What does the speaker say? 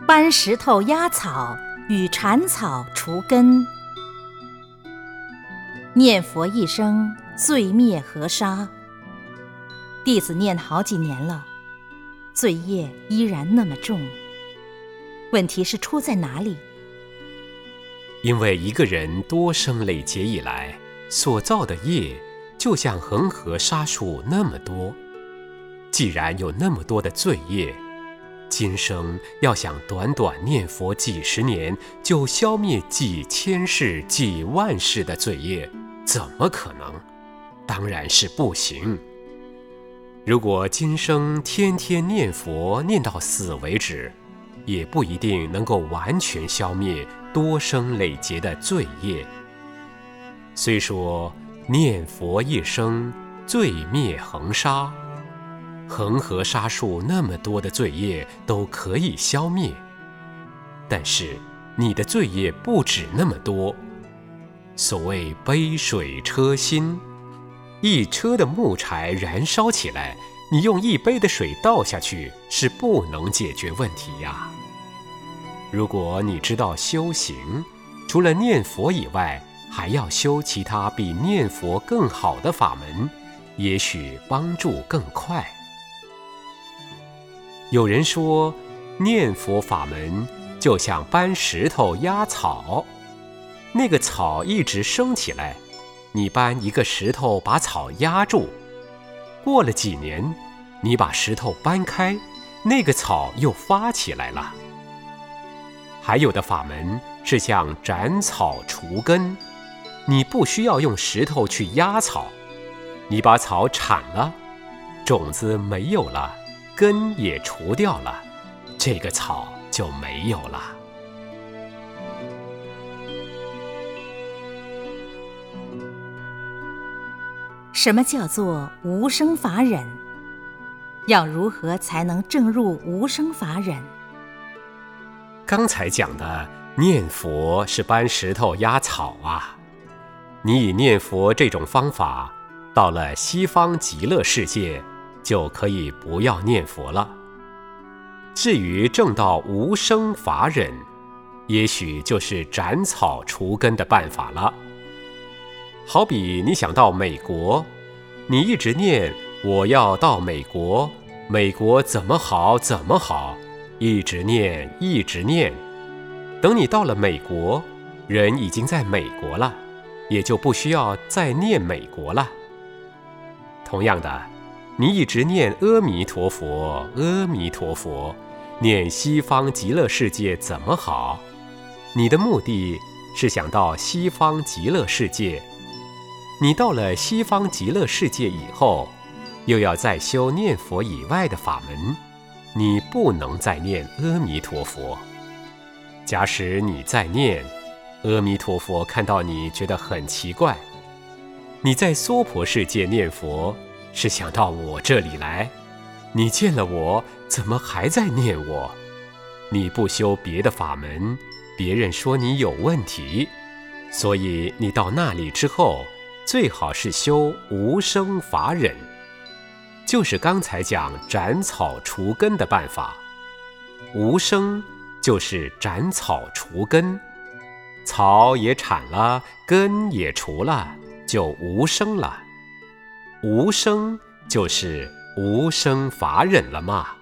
搬石头压草，与铲草除根。念佛一生，罪灭河沙。弟子念好几年了，罪业依然那么重。问题是出在哪里？ 因为一个人多生累劫以来所造的业，就像恒河沙数那么多。既然有那么多的罪业，今生要想短短念佛几十年就消灭几千世几万世的罪业，怎么可能？当然是不行。如果今生天天念佛念到死为止，也不一定能够完全消灭多生累劫的罪业。虽说念佛一生，罪灭恒沙，恒河沙数那么多的罪业都可以消灭，但是你的罪业不止那么多。所谓杯水车薪，一车的木柴燃烧起来，你用一杯的水倒下去是不能解决问题呀。如果你知道修行，除了念佛以外，还要修其他比念佛更好的法门，也许帮助更快。有人说，念佛法门就像搬石头压草，那个草一直升起来，你搬一个石头把草压住，过了几年，你把石头搬开，那个草又发起来了。还有的法门是像斩草除根，你不需要用石头去压草，你把草铲了，种子没有了，根也除掉了，这个草就没有了。 什么叫做无生法忍？要如何才能证入无生法忍？ 刚才讲的念佛是搬石头压草啊，你以念佛这种方法，到了西方极乐世界，就可以不要念佛了。至于证到无生法忍，也许就是斩草除根的办法了。好比你想到美国，你一直念我要到美国，美国怎么好怎么好，一直念一直念，等你到了美国，人已经在美国了，也就不需要再念美国了。同样的，你一直念阿弥陀佛阿弥陀佛，念西方极乐世界怎么好，你的目的是想到西方极乐世界。你到了西方极乐世界以后，又要再修念佛以外的法门，你不能再念阿弥陀佛。假使你再念阿弥陀佛，看到你觉得很奇怪，你在娑婆世界念佛是想到我这里来，你见了我怎么还在念我？你不修别的法门，别人说你有问题，所以你到那里之后，最好是修无生法忍，就是刚才讲斩草除根的办法。无生就是斩草除根，草也铲了，根也除了，就无生了。无生就是无生法忍了嘛。